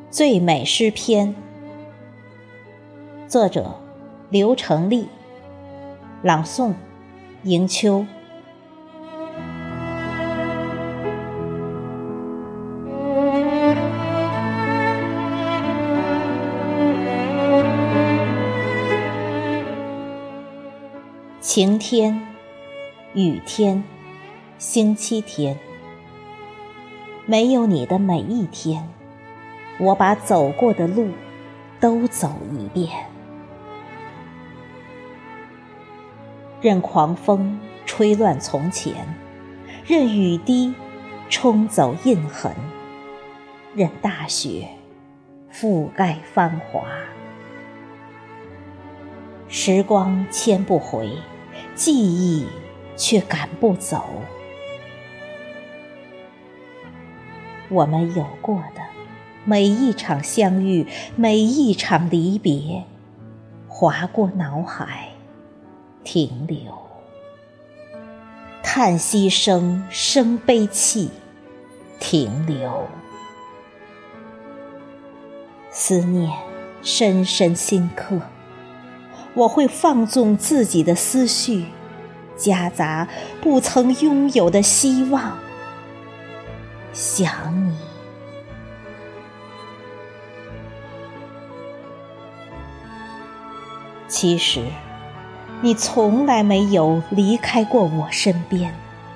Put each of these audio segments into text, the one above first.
最美诗篇，作者刘成立，朗诵迎秋。晴天、雨天、星期天，没有你的每一天，我把走过的路都走一遍。任狂风吹乱从前，任雨滴冲走印痕，任大雪覆盖芳华。时光牵不回，记忆却赶不走。我们有过的每一场相遇，每一场离别，划过脑海，停留。叹息声生悲泣，停留。思念深深深刻，我会放纵自己的思绪，夹杂不曾拥有的希望，想你。其实，你从来没有离开过我身边，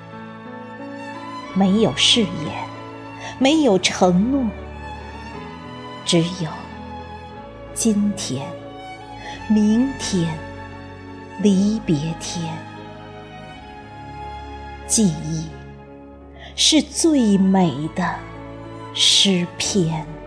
没有誓言，没有承诺，只有今天、明天、离别天。记忆是最美的诗篇。